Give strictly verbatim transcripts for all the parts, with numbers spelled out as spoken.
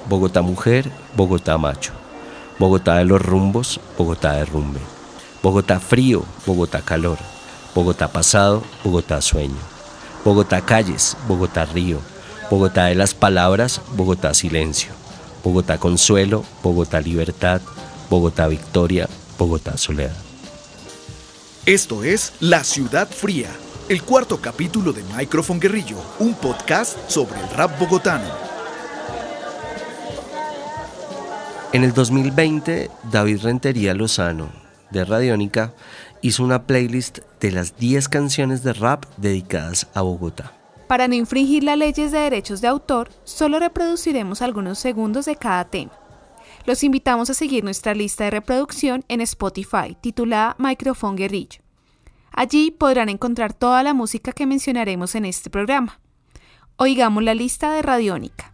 Bogotá mujer, Bogotá macho. Bogotá de los rumbos, Bogotá de rumbe. Bogotá frío, Bogotá calor. Bogotá pasado, Bogotá sueño. Bogotá calles, Bogotá río. Bogotá de las palabras, Bogotá silencio. Bogotá consuelo, Bogotá libertad. Bogotá victoria, Bogotá soledad. Esto es La Ciudad Fría, el cuarto capítulo de Microphone Guerrillo, un podcast sobre el rap bogotano. En el dos mil veinte, David Rentería Lozano, de Radiónica, hizo una playlist de las diez canciones de rap dedicadas a Bogotá. Para no infringir las leyes de derechos de autor, solo reproduciremos algunos segundos de cada tema. Los invitamos a seguir nuestra lista de reproducción en Spotify, titulada Microphone Guerrillo. Allí podrán encontrar toda la música que mencionaremos en este programa. Oigamos la lista de Radiónica.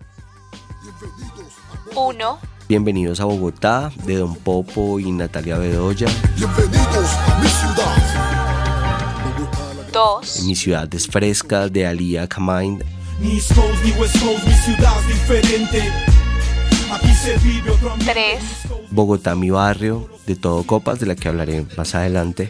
uno. Bienvenidos a Bogotá, de Don Popo y Natalia Bedoya. Bienvenidos a mi ciudad. dos. Mi ciudad es fresca, de Alia Kamind. Ni East Coast ni West Coast, mi ciudad es diferente. Aquí se vive otro ambiente. tres. Bogotá, mi barrio, de Todo Copas, de la que hablaré más adelante.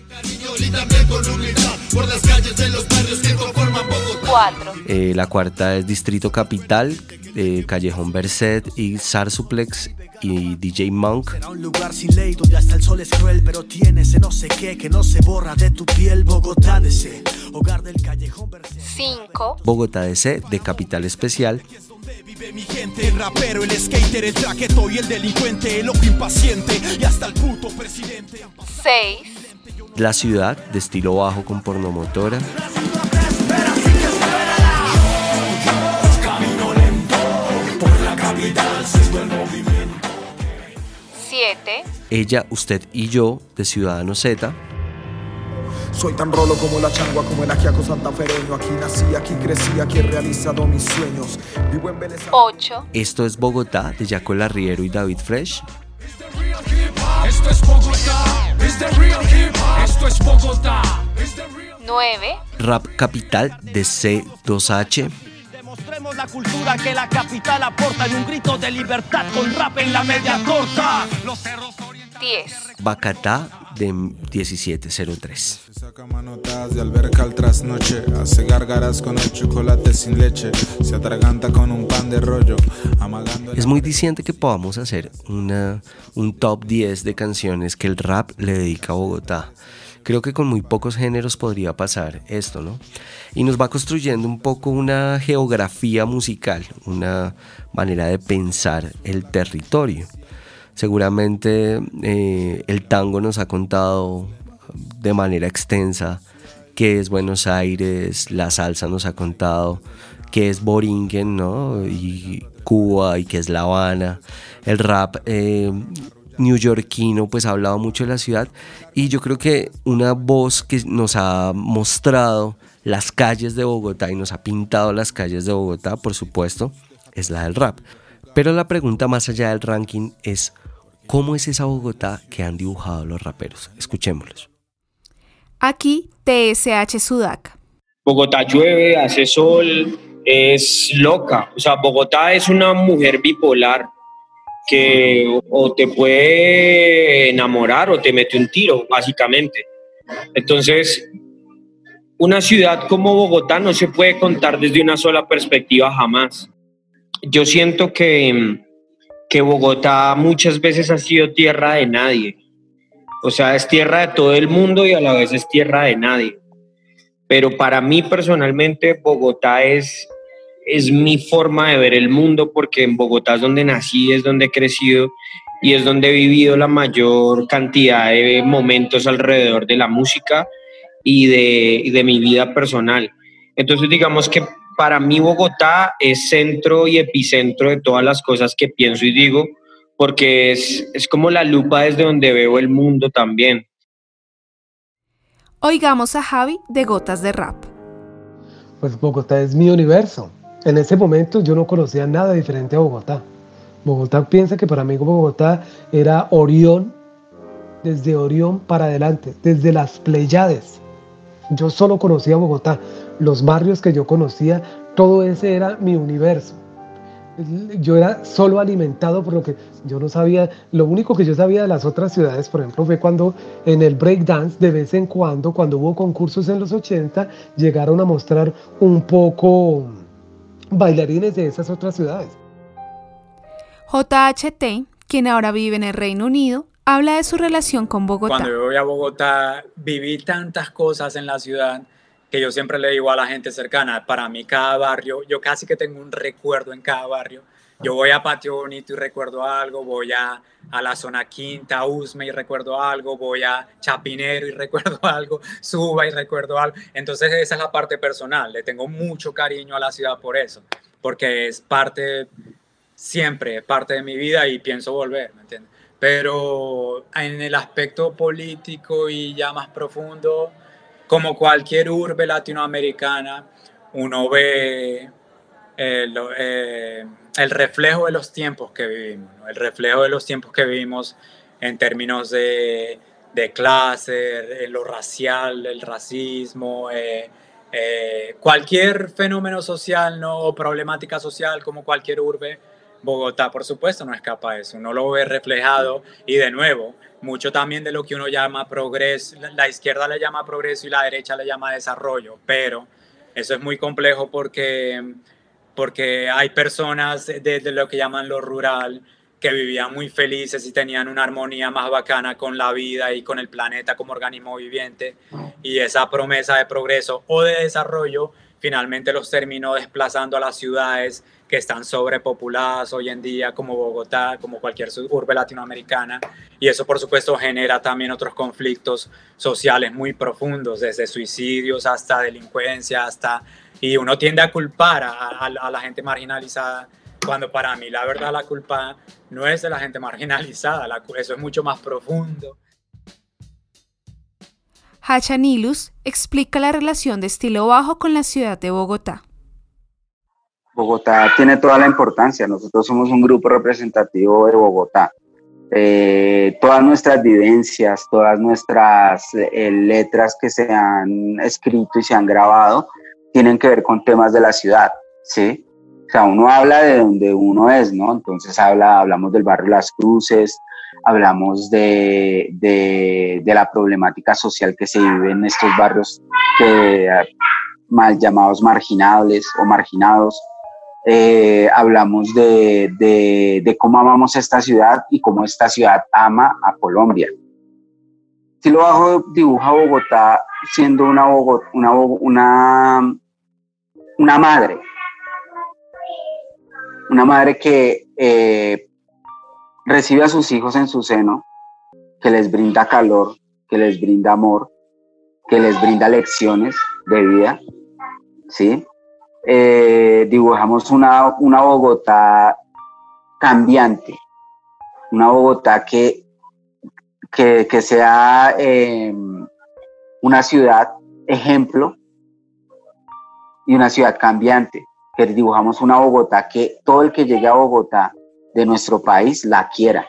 cuatro. Eh, la cuarta es Distrito Capital, eh, Callejón Berset y Zarzuplex y D J Monk. Será un lugar sin ley donde hasta el sol es cruel, pero tiene ese no sé qué que no se borra de tu piel. Bogotá D C, hogar del Callejón Berset. cinco. Bogotá D C, de Capital Especial. Vive mi gente, el rapero, el skater, el traqueto y el delincuente, el loco impaciente y hasta el puto presidente. seis. La ciudad, de estilo bajo con pornomotora. siete. Ella, usted y yo, de Ciudadano Z. Soy tan rolo como la changua, como el ajiaco santafereño. Aquí nací, aquí crecí, aquí he realizado mis sueños. Vivo en Vélez. ocho. Esto es Bogotá, de Jaco Larriero y David Fresh. Esto es Bogotá, es the real hip hop. Esto es Bogotá, es the real. nueve. Rap Capital, de C dos H. Demostremos la cultura que la capital aporta en un grito de libertad con rap en la media corta. Los cerros diez. Bacatá, de diecisiete cero tres. Se saca manotadas de alberca al trasnoche, hace gárgaras con el chocolate sin leche, se atraganta con un pan de rollo, amagando. Es muy diciente que podamos hacer una, un top diez de canciones que el rap le dedica a Bogotá. Creo que con muy pocos géneros podría pasar esto, ¿no? Y nos va construyendo un poco una geografía musical, una manera de pensar el territorio. Seguramente eh, el tango nos ha contado de manera extensa qué es Buenos Aires, la salsa nos ha contado qué es Boringen, ¿no? Y Cuba y qué es La Habana. El rap eh, neoyorquino pues ha hablado mucho de la ciudad, y yo creo que una voz que nos ha mostrado las calles de Bogotá y nos ha pintado las calles de Bogotá, por supuesto, es la del rap. Pero la pregunta más allá del ranking es: ¿cómo es esa Bogotá que han dibujado los raperos? Escuchémoslos. Aquí T S H Sudaca. Bogotá llueve, hace sol, es loca. O sea, Bogotá es una mujer bipolar que o te puede enamorar o te mete un tiro, básicamente. Entonces, una ciudad como Bogotá no se puede contar desde una sola perspectiva jamás. Yo siento que, que Bogotá muchas veces ha sido tierra de nadie. O sea, es tierra de todo el mundo y a la vez es tierra de nadie. Pero para mí personalmente Bogotá es, es mi forma de ver el mundo, porque en Bogotá es donde nací, es donde he crecido y es donde he vivido la mayor cantidad de momentos alrededor de la música y de, y de mi vida personal. Entonces digamos que para mí Bogotá es centro y epicentro de todas las cosas que pienso y digo, porque es, es como la lupa desde donde veo el mundo también. Oigamos a Javi de Gotas de Rap. Pues Bogotá es mi universo. En ese momento yo no conocía nada diferente a Bogotá. Bogotá, piensa que para mí Bogotá era Orión, desde Orión para adelante, desde las Pléyades. Yo solo conocía Bogotá, los barrios que yo conocía, todo ese era mi universo. yo era solo alimentado por lo que yo no sabía. Lo único que yo sabía de las otras ciudades, por ejemplo, fue cuando en el breakdance, de vez en cuando, cuando hubo concursos en los ochenta, llegaron a mostrar un poco bailarines de esas otras ciudades. J H T, quien ahora vive en el Reino Unido, habla de su relación con Bogotá. Cuando yo voy a Bogotá, viví tantas cosas en la ciudad que yo siempre le digo a la gente cercana, para mí cada barrio, yo casi que tengo un recuerdo en cada barrio. Yo voy a Patio Bonito y recuerdo algo, voy a, a la zona Quinta, Usme y recuerdo algo, voy a Chapinero y recuerdo algo, Suba y recuerdo algo. Entonces esa es la parte personal, le tengo mucho cariño a la ciudad por eso, porque es parte, siempre parte de mi vida y pienso volver, ¿me entiendes? Pero en el aspecto político y ya más profundo, como cualquier urbe latinoamericana, uno ve el, eh, el reflejo de los tiempos que vivimos, ¿no? El reflejo de los tiempos que vivimos en términos de, de clase, en lo racial, el racismo, eh, eh, cualquier fenómeno social, ¿no? O problemática social como cualquier urbe. Bogotá, por supuesto, no escapa de eso, uno lo ve reflejado y de nuevo, mucho también de lo que uno llama progreso, la izquierda le llama progreso y la derecha le llama desarrollo, pero eso es muy complejo porque, porque hay personas de, de lo que llaman lo rural que vivían muy felices y tenían una armonía más bacana con la vida y con el planeta como organismo viviente, y esa promesa de progreso o de desarrollo finalmente los terminó desplazando a las ciudades que están sobrepopuladas hoy en día, como Bogotá, como cualquier urbe latinoamericana, y eso por supuesto genera también otros conflictos sociales muy profundos, desde suicidios hasta delincuencia, hasta, y uno tiende a culpar a, a, a la gente marginalizada, cuando para mí la verdad la culpa no es de la gente marginalizada, la, eso es mucho más profundo. Hachanilus explica la relación de estilo bajo con la ciudad de Bogotá. Bogotá tiene toda la importancia, nosotros somos un grupo representativo de Bogotá. Eh, todas nuestras vivencias, todas nuestras eh, letras que se han escrito y se han grabado tienen que ver con temas de la ciudad, ¿sí? O sea, uno habla de donde uno es, ¿no? Entonces habla, hablamos del barrio Las Cruces, hablamos de, de, de la problemática social que se vive en estos barrios que, mal llamados marginables o marginados. Eh, hablamos de, de, de cómo amamos esta ciudad y cómo esta ciudad ama a Colombia. Estilo Bajo dibuja a Bogotá siendo una, Bogotá, una, una, una madre, una madre que eh, recibe a sus hijos en su seno, que les brinda calor, que les brinda amor, que les brinda lecciones de vida, ¿sí? Eh, dibujamos una, una Bogotá cambiante, una Bogotá que, que, que sea eh, una ciudad ejemplo y una ciudad cambiante, que dibujamos una Bogotá que todo el que llegue a Bogotá de nuestro país la quiera.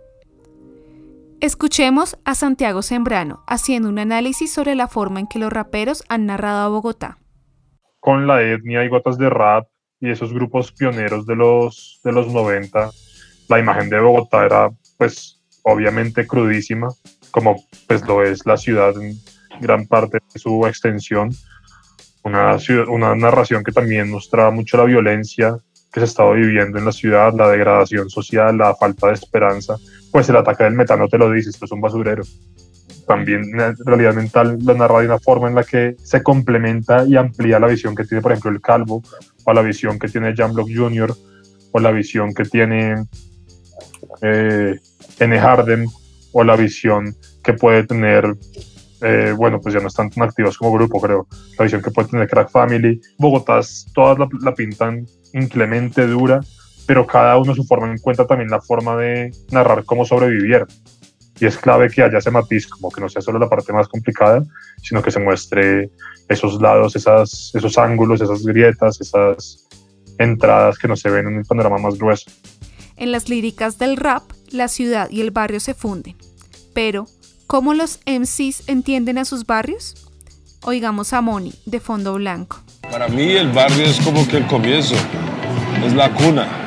Escuchemos a Santiago Sembrano haciendo un análisis sobre la forma en que los raperos han narrado a Bogotá. Con la etnia y gotas de rap y esos grupos pioneros de los, de los noventa, la imagen de Bogotá era pues obviamente crudísima, como pues lo es la ciudad en gran parte de su extensión. Una, ciudad, una narración que también mostraba mucho la violencia que se estaba viviendo en la ciudad, la degradación social, la falta de esperanza. Pues el ataque del metano te lo dice, esto es un basurero. También la realidad mental lo narra de una forma en la que se complementa y amplía la visión que tiene, por ejemplo, el Calvo, o la visión que tiene Jan Block junior, o la visión que tiene eh, N. Harden, o la visión que puede tener, eh, bueno, pues ya no están tan activos como grupo, creo, la visión que puede tener Crack Family. Bogotá, todas la, la pintan inclemente, dura, pero cada uno su forma encuentra también la forma de narrar cómo sobrevivir. Y es clave que haya ese matiz, como que no sea solo la parte más complicada, sino que se muestre esos lados, esas, esos ángulos, esas grietas, esas entradas que no se ven en el panorama más grueso. En las líricas del rap, la ciudad y el barrio se funden. Pero, ¿cómo los M Cs entienden a sus barrios? Oigamos a Moni, de Fondo Blanco. Para mí el barrio es como que el comienzo, es la cuna.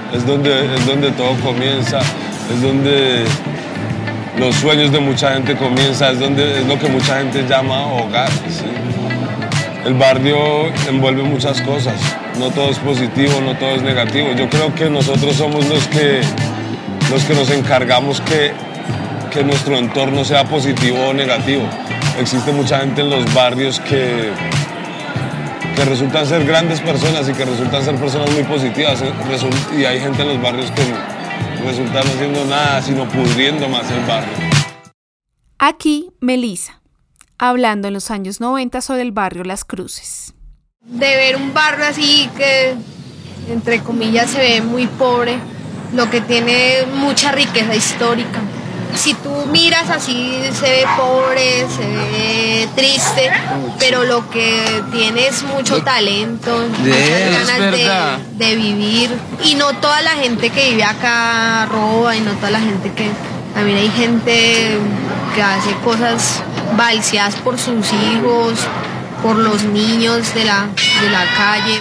es donde, es donde todo comienza, es donde los sueños de mucha gente comienzan, es, donde, es lo que mucha gente llama hogar. ¿Sí? El barrio envuelve muchas cosas, no todo es positivo, no todo es negativo. Yo creo que nosotros somos los que, los que nos encargamos que, que nuestro entorno sea positivo o negativo. Existe mucha gente en los barrios que, que resultan ser grandes personas y que resultan ser personas muy positivas, y hay gente en los barrios que resultan no haciendo nada, sino pudriendo más el barrio. Aquí, Melissa, hablando en los años noventa sobre el barrio Las Cruces. De ver un barrio así que, entre comillas, se ve muy pobre, lo que tiene mucha riqueza histórica. Si tú miras así, se ve pobre, se ve triste, pero lo que tiene es mucho talento, muchas ganas de, de vivir. Y no toda la gente que vive acá roba, y no toda la gente que... También hay gente que hace cosas balseadas por sus hijos, por los niños de la, de la calle.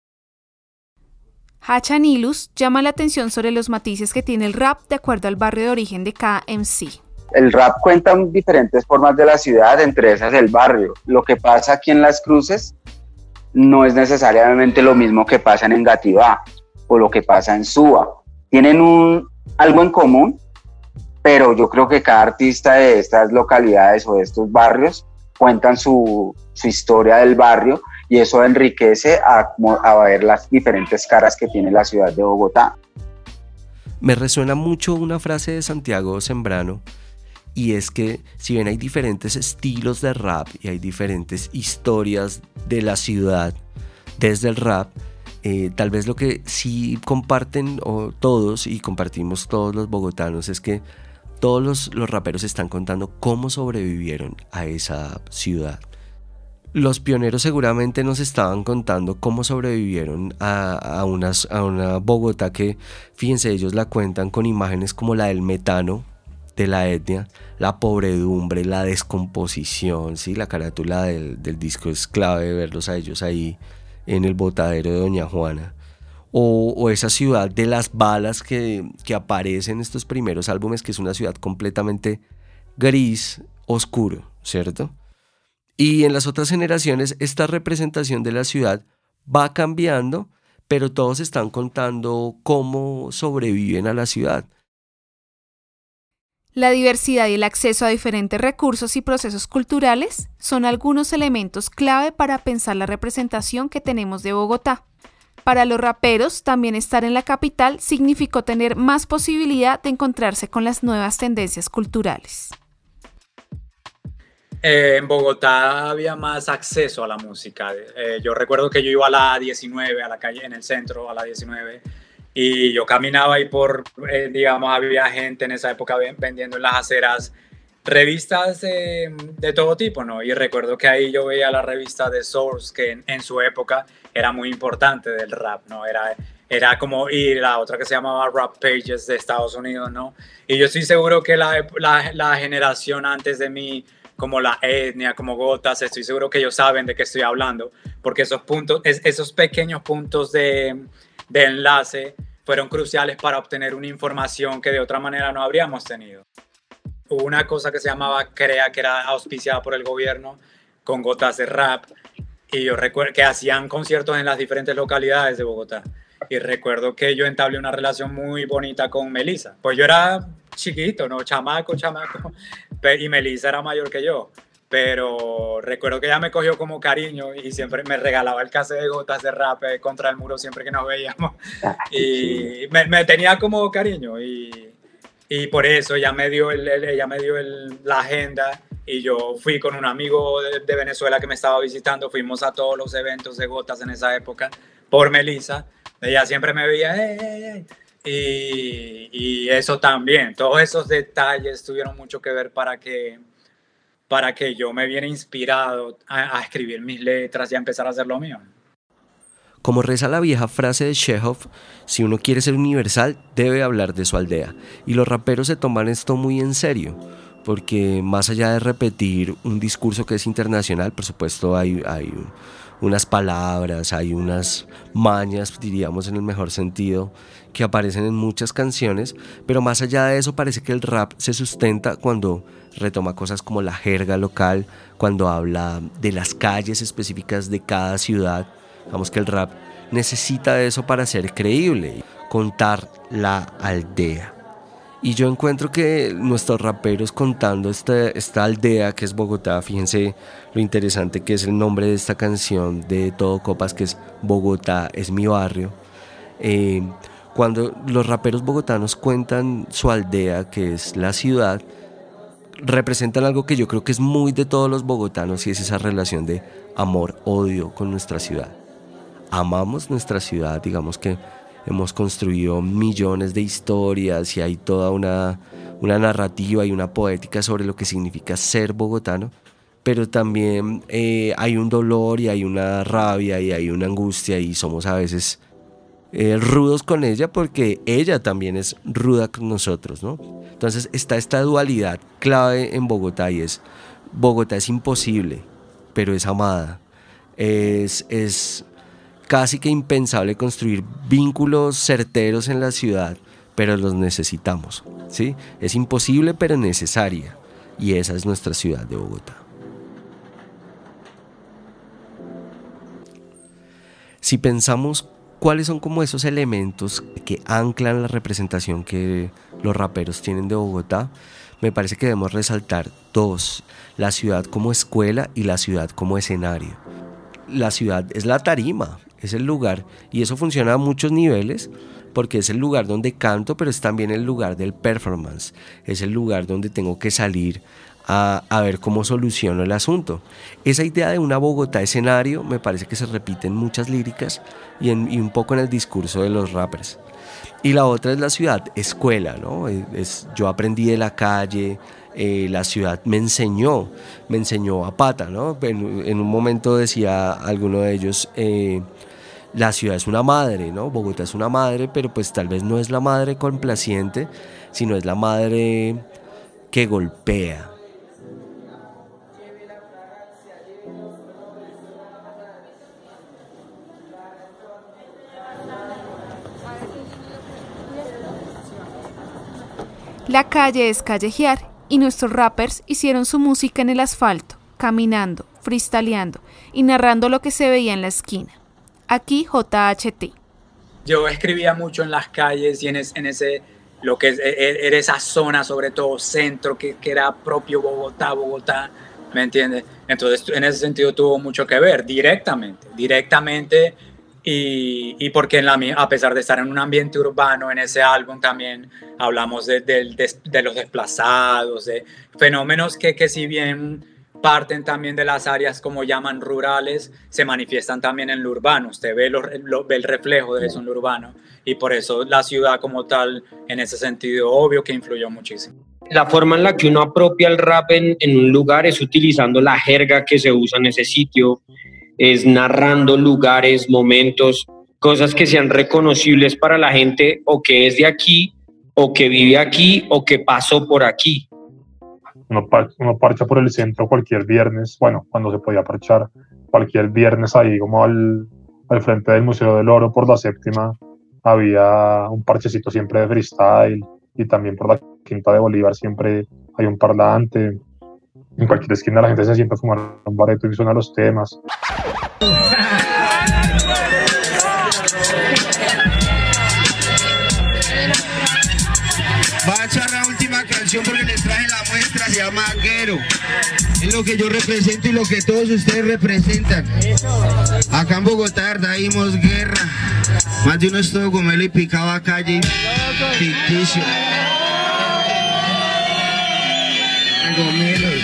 Hacha Nilus llama la atención sobre los matices que tiene el rap de acuerdo al barrio de origen de cada M C. El rap cuenta diferentes formas de la ciudad, entre esas el barrio. Lo que pasa aquí en Las Cruces no es necesariamente lo mismo que pasa en Engativá o lo que pasa en Suba. Tienen un, algo en común, pero yo creo que cada artista de estas localidades o de estos barrios cuentan su, su historia del barrio, y eso enriquece a, a ver las diferentes caras que tiene la ciudad de Bogotá. Me resuena mucho una frase de Santiago Sembrano, y es que si bien hay diferentes estilos de rap y hay diferentes historias de la ciudad desde el rap, eh, tal vez lo que sí comparten o todos y compartimos todos los bogotanos es que todos los, los raperos están contando cómo sobrevivieron a esa ciudad. Los pioneros seguramente nos estaban contando cómo sobrevivieron a, a, unas, a una Bogotá que, fíjense, ellos la cuentan con imágenes como la del metano, de la etnia, la pobredumbre, la descomposición, ¿sí? La carátula del, del disco es clave, verlos a ellos ahí en el botadero de Doña Juana. O, o esa ciudad de las balas que, que aparece en estos primeros álbumes, que es una ciudad completamente gris, oscuro, ¿cierto? Y en las otras generaciones esta representación de la ciudad va cambiando, pero todos están contando cómo sobreviven a la ciudad. La diversidad y el acceso a diferentes recursos y procesos culturales son algunos elementos clave para pensar la representación que tenemos de Bogotá. Para los raperos, también estar en la capital significó tener más posibilidad de encontrarse con las nuevas tendencias culturales. Eh, en Bogotá había más acceso a la música. Eh, yo recuerdo que yo iba a la diecinueve, a la calle en el centro, a la diecinueve, y yo caminaba ahí por, eh, digamos, había gente en esa época vendiendo en las aceras revistas de, de todo tipo, ¿no? Y recuerdo que ahí yo veía la revista The Source, que en, en su época era muy importante del rap, ¿no? Era, era como, y la otra que se llamaba Rap Pages de Estados Unidos, ¿no? Y yo estoy seguro que la, la, la generación antes de mí, como la etnia, como Gotas, estoy seguro que ellos saben de qué estoy hablando, porque esos puntos, es, esos pequeños puntos de, de enlace fueron cruciales para obtener una información que de otra manera no habríamos tenido. Hubo una cosa que se llamaba CREA, que era auspiciada por el gobierno, con Gotas de Rap, y yo recuerdo que hacían conciertos en las diferentes localidades de Bogotá. Y recuerdo que yo entablé una relación muy bonita con Melissa. Pues yo era chiquito, ¿no? Chamaco, chamaco. Y Melissa era mayor que yo. Pero recuerdo que ella me cogió como cariño y siempre me regalaba el cassette de Gotas de Rap contra el muro siempre que nos veíamos. Y me, me tenía como cariño. Y, y por eso ella me dio, el, el, ella me dio el, la agenda. Y yo fui con un amigo de, de Venezuela que me estaba visitando. Fuimos a todos los eventos de Gotas en esa época por Melissa. Ella siempre me veía, hey, hey, hey. Y, y eso también, todos esos detalles tuvieron mucho que ver para que, para que yo me viera inspirado a, a escribir mis letras y a empezar a hacer lo mío. Como reza la vieja frase de Chekhov, si uno quiere ser universal, debe hablar de su aldea. Y los raperos se toman esto muy en serio, porque más allá de repetir un discurso que es internacional, por supuesto hay, hay un, unas palabras, hay unas mañas, diríamos en el mejor sentido, que aparecen en muchas canciones, pero más allá de eso parece que el rap se sustenta cuando retoma cosas como la jerga local, cuando habla de las calles específicas de cada ciudad. Digamos que el rap necesita de eso para ser creíble, contar la aldea. Y yo encuentro que nuestros raperos contando esta, esta aldea que es Bogotá, fíjense lo interesante que es el nombre de esta canción de Todo Copas, que es Bogotá es mi barrio. Eh, cuando los raperos bogotanos cuentan su aldea, que es la ciudad, representan algo que yo creo que es muy de todos los bogotanos, y es esa relación de amor-odio con nuestra ciudad. Amamos nuestra ciudad, digamos que hemos construido millones de historias y hay toda una, una narrativa y una poética sobre lo que significa ser bogotano, pero también eh, hay un dolor y hay una rabia y hay una angustia, y somos a veces eh, rudos con ella porque ella también es ruda con nosotros, ¿no? Entonces está esta dualidad clave en Bogotá, y es: Bogotá es imposible, pero es amada. Es... es casi que impensable construir vínculos certeros en la ciudad, pero los necesitamos, ¿sí? Es imposible pero necesaria, y esa es nuestra ciudad de Bogotá. Si pensamos cuáles son como esos elementos que anclan la representación que los raperos tienen de Bogotá, me parece que debemos resaltar dos: la ciudad como escuela y la ciudad como escenario. La ciudad es la tarima, es el lugar, y eso funciona a muchos niveles, porque es el lugar donde canto, pero es también el lugar del performance, es el lugar donde tengo que salir a, a ver cómo soluciono el asunto. Esa idea de una Bogotá escenario me parece que se repite en muchas líricas y, en, y un poco en el discurso de los rappers. Y la otra es la ciudad escuela, ¿no? Es, yo aprendí de la calle. Eh, la ciudad me enseñó, me enseñó a pata, ¿no? En, en un momento decía alguno de ellos, eh, la ciudad es una madre, ¿no? Bogotá es una madre, pero pues tal vez no es la madre complaciente, sino es la madre que golpea. La calle es callejear, y nuestros rappers hicieron su música en el asfalto, caminando, freestyleando y narrando lo que se veía en la esquina. Aquí J H T. Yo escribía mucho en las calles y en, es, en ese, lo que es, era esa zona, sobre todo centro, que, que era propio Bogotá, Bogotá, ¿me entiendes? Entonces en ese sentido tuvo mucho que ver, directamente, directamente. Y, y porque en la, a pesar de estar en un ambiente urbano, en ese álbum también hablamos de, de, de, de los desplazados, de fenómenos que, que si bien parten también de las áreas como llaman rurales, se manifiestan también en lo urbano. Usted ve, lo, lo, ve el reflejo de eso en lo urbano, y por eso la ciudad como tal, en ese sentido, obvio que influyó muchísimo. La forma en la que uno apropia el rap en, en un lugar es utilizando la jerga que se usa en ese sitio, es narrando lugares, momentos, cosas que sean reconocibles para la gente, o que es de aquí, o que vive aquí, o que pasó por aquí. Uno, par- uno parcha por el centro cualquier viernes, bueno, cuando se podía parchar, cualquier viernes ahí como al, al frente del Museo del Oro por la Séptima, había un parchecito siempre de freestyle, y también por la Quinta de Bolívar siempre hay un parlante. En cualquier esquina la gente se sienta a fumar un bareto y suena los temas. Va a echar la última canción porque les traje la muestra, se llama Guero. Es lo que yo represento y lo que todos ustedes representan. Acá en Bogotá, verdad, dimos guerra. Más de uno estuvo gomelo y picaba calle ficticio. Gomelo.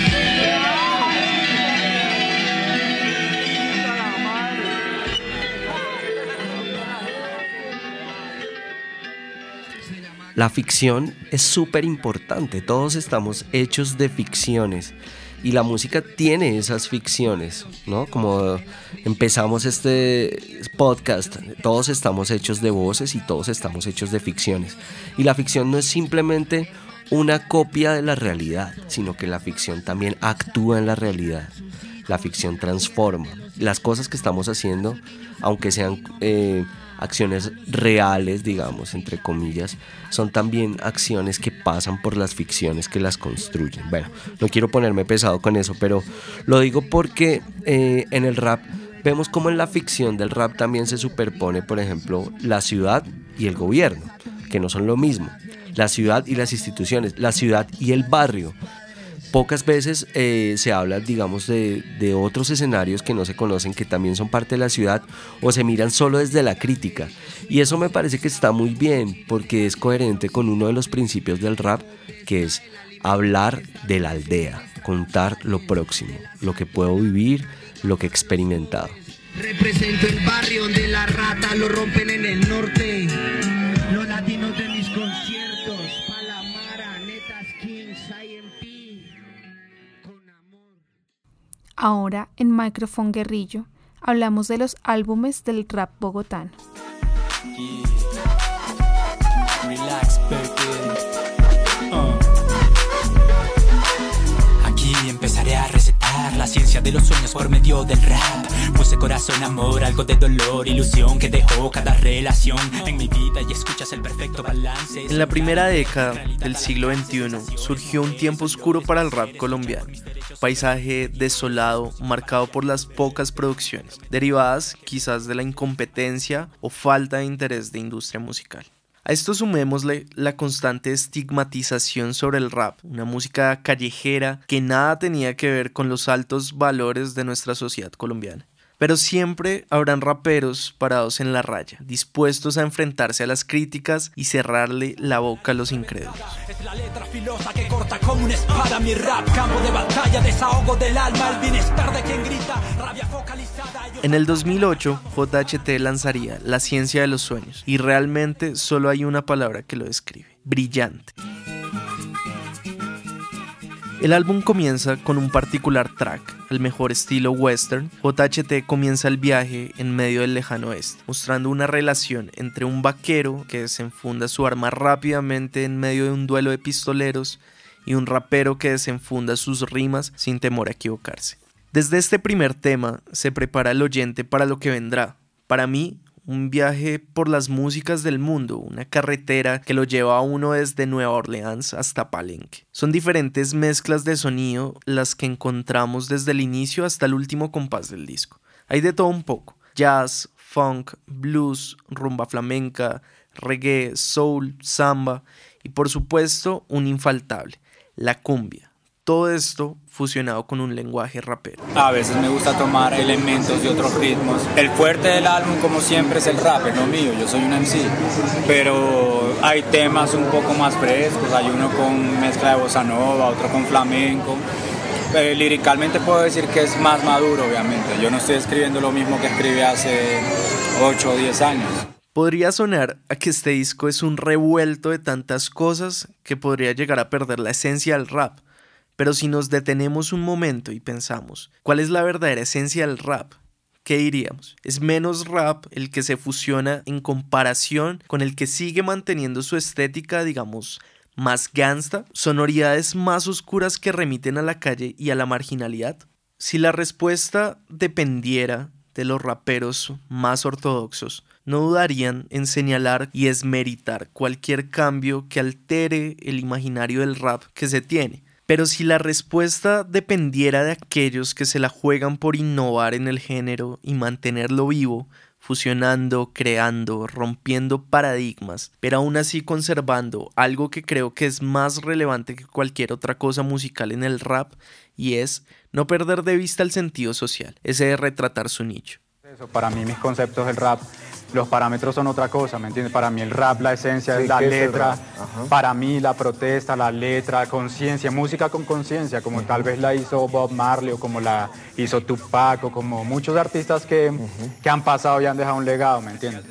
La ficción es súper importante, todos estamos hechos de ficciones y la música tiene esas ficciones, ¿no? Como empezamos este podcast, todos estamos hechos de voces y todos estamos hechos de ficciones. Y la ficción no es simplemente una copia de la realidad, sino que la ficción también actúa en la realidad. La ficción transforma. las cosas que estamos haciendo, aunque sean eh, acciones reales, digamos, entre comillas, son también acciones que pasan por las ficciones que las construyen. Bueno, no quiero ponerme pesado con eso, pero lo digo porque eh, en el rap vemos como en la ficción del rap también se superpone, por ejemplo, la ciudad y el gobierno, que no son lo mismo. La ciudad y las instituciones, la ciudad y el barrio. Pocas veces eh, se habla, digamos, de, de otros escenarios que no se conocen, que también son parte de la ciudad o se miran solo desde la crítica. Y eso me parece que está muy bien porque es coherente con uno de los principios del rap, que es hablar de la aldea, contar lo próximo, lo que puedo vivir, lo que he experimentado. Represento el barrio donde la rata lo rompen en el norte. Los latinos de mis conciertos, Palamara, Netas Kings, I M P, con amor. Ahora, en Microphone Guerrillo, hablamos de los álbumes del rap bogotano. Yeah. Relax, baby. Uh. Aquí empezaré a recetar la ciencia de los sueños por medio del rap. Puse corazón, amor, algo de dolor, ilusión que dejó cada relación en mi vida y escuchas el perfecto balance. En la primera década del siglo veintiuno surgió un tiempo oscuro para el rap colombiano. Paisaje desolado, marcado por las pocas producciones, derivadas quizás de la incompetencia o falta de interés de industria musical. A esto sumémosle la constante estigmatización sobre el rap, una música callejera que nada tenía que ver con los altos valores de nuestra sociedad colombiana. Pero siempre habrán raperos parados en la raya, dispuestos a enfrentarse a las críticas y cerrarle la boca a los incrédulos. Es la letra filosa que corta como una espada mi rap, campo de batalla, desahogo del alma, el bienestar de quien grita, rabia focalizada. En el dos mil ocho, J H T lanzaría La Ciencia de los Sueños, y realmente solo hay una palabra que lo describe: brillante. El álbum comienza con un particular track, al mejor estilo western. J H T comienza el viaje en medio del lejano oeste, mostrando una relación entre un vaquero que desenfunda su arma rápidamente en medio de un duelo de pistoleros y un rapero que desenfunda sus rimas sin temor a equivocarse. Desde este primer tema se prepara el oyente para lo que vendrá. Para mí, un viaje por las músicas del mundo, una carretera que lo lleva a uno desde Nueva Orleans hasta Palenque. Son diferentes mezclas de sonido las que encontramos desde el inicio hasta el último compás del disco. Hay de todo un poco: jazz, funk, blues, rumba flamenca, reggae, soul, samba y por supuesto un infaltable, la cumbia. Todo esto fusionado con un lenguaje rapero. A veces me gusta tomar elementos de otros ritmos. El fuerte del álbum, como siempre, es el rap, es lo mío, yo soy un M C. Pero hay temas un poco más frescos, hay uno con mezcla de bossa nova, otro con flamenco. Pero líricamente puedo decir que es más maduro, obviamente. Yo no estoy escribiendo lo mismo que escribí hace ocho o diez años. Podría sonar a que este disco es un revuelto de tantas cosas que podría llegar a perder la esencia del rap. Pero si nos detenemos un momento y pensamos, ¿cuál es la verdadera esencia del rap? ¿Qué diríamos? ¿Es menos rap el que se fusiona en comparación con el que sigue manteniendo su estética, digamos, más gangsta? ¿Sonoridades más oscuras que remiten a la calle y a la marginalidad? Si la respuesta dependiera de los raperos más ortodoxos, no dudarían en señalar y esmeritar cualquier cambio que altere el imaginario del rap que se tiene. Pero si la respuesta dependiera de aquellos que se la juegan por innovar en el género y mantenerlo vivo, fusionando, creando, rompiendo paradigmas, pero aún así conservando algo que creo que es más relevante que cualquier otra cosa musical en el rap, y es no perder de vista el sentido social, ese de retratar su nicho. Eso, para mí mis conceptos del rap, los parámetros son otra cosa, ¿me entiendes? Para mí el rap, la esencia, Sí, la ¿qué es el letra, rap? para mí la protesta, la letra, conciencia, música con conciencia, como uh-huh. tal vez la hizo Bob Marley o como la hizo Tupac o como muchos artistas que, uh-huh. que han pasado y han dejado un legado, ¿me entiendes?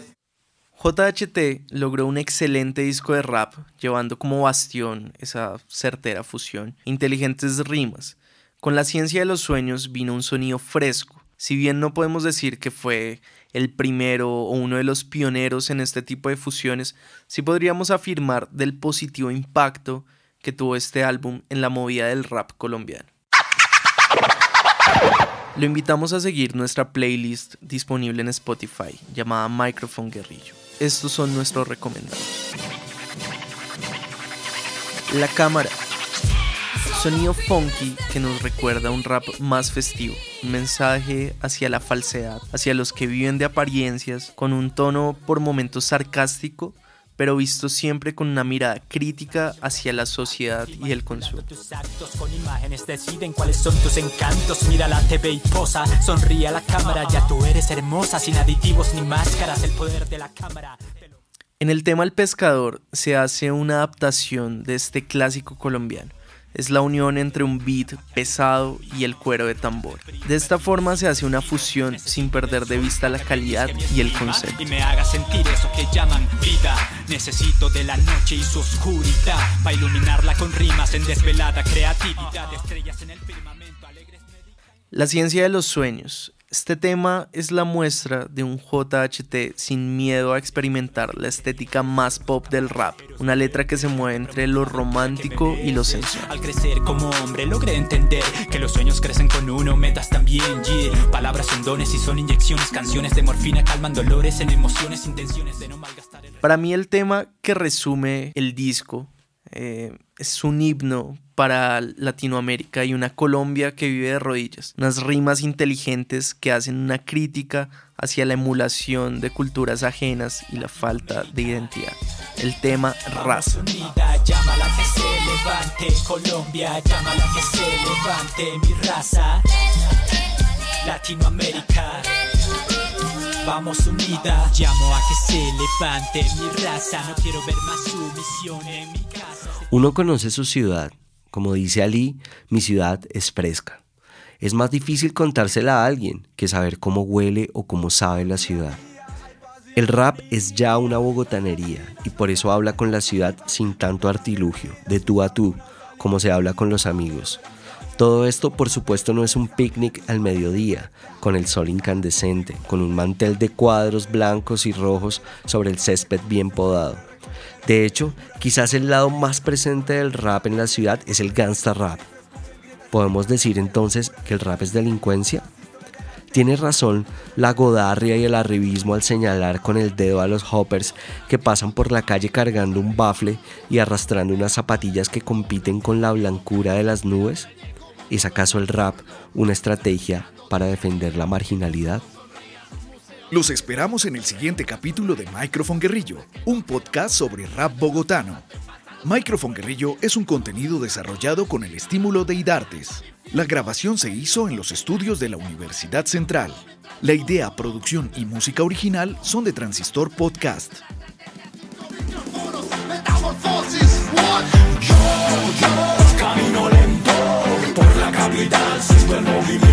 J H T logró un excelente disco de rap, llevando como bastión esa certera fusión, inteligentes rimas. Con La Ciencia de los Sueños vino un sonido fresco. Si bien no podemos decir que fue el primero o uno de los pioneros en este tipo de fusiones, sí podríamos afirmar del positivo impacto que tuvo este álbum en la movida del rap colombiano. Lo invitamos a seguir nuestra playlist disponible en Spotify llamada Microphone Guerrillo. Estos son nuestros recomendados. La Cámara. Sonido funky que nos recuerda un rap más festivo, un mensaje hacia la falsedad, hacia los que viven de apariencias, con un tono por momentos sarcástico, pero visto siempre con una mirada crítica hacia la sociedad y el consumo. Tus actos con imágenes deciden cuáles son tus encantos. Mira la T V y posa, sonríe a la cámara, ya tú eres hermosa, sin aditivos ni máscaras, el poder de la cámara. En el tema El Pescador se hace una adaptación de este clásico colombiano. Es la unión entre un beat pesado y el cuero de tambor. De esta forma se hace una fusión sin perder de vista la calidad y el concepto. Y me haga sentir eso que llaman vida. Necesito de la noche y su oscuridad para iluminarla con rimas en desvelada creatividad. Estrellas en el firmamento alegres. La ciencia de los sueños. Este tema es la muestra de un J H T sin miedo a experimentar la estética más pop del rap, una letra que se mueve entre lo romántico y lo sensual. Al crecer como hombre logré entender que los sueños crecen con uno, metas también, yeah. Palabras son dones y son inyecciones, canciones de morfina calman dolores en emociones, intenciones de no malgastar el... Para mí el tema que resume el disco eh, es un himno para Latinoamérica y una Colombia que vive de rodillas. Unas rimas inteligentes que hacen una crítica hacia la emulación de culturas ajenas y la falta de identidad. El tema Raza. Unida, llámala que se levante, Colombia, llámala que se levante, mi raza, Latinoamérica. Vamos unida, llamo a que se levante, mi raza, no quiero ver más sumisión en mi casa. Uno conoce su ciudad. Como dice Ali, mi ciudad es fresca. Es más difícil contársela a alguien que saber cómo huele o cómo sabe la ciudad. El rap es ya una bogotanería y por eso habla con la ciudad sin tanto artilugio, de tú a tú, como se habla con los amigos. Todo esto, por supuesto, no es un picnic al mediodía, con el sol incandescente, con un mantel de cuadros blancos y rojos sobre el césped bien podado. De hecho, quizás el lado más presente del rap en la ciudad es el gangsta rap. ¿Podemos decir entonces que el rap es delincuencia? Tiene razón la godarria y el arribismo al señalar con el dedo a los hoppers que pasan por la calle cargando un bafle y arrastrando unas zapatillas que compiten con la blancura de las nubes. ¿Es acaso el rap una estrategia para defender la marginalidad? Los esperamos en el siguiente capítulo de Microphone Guerrillo, un podcast sobre rap bogotano. Microphone Guerrillo es un contenido desarrollado con el estímulo de IDARTES. La grabación se hizo en los estudios de la Universidad Central. La idea, producción y música original son de Transistor Podcast. Camino lento por la capital, sigo el movimiento.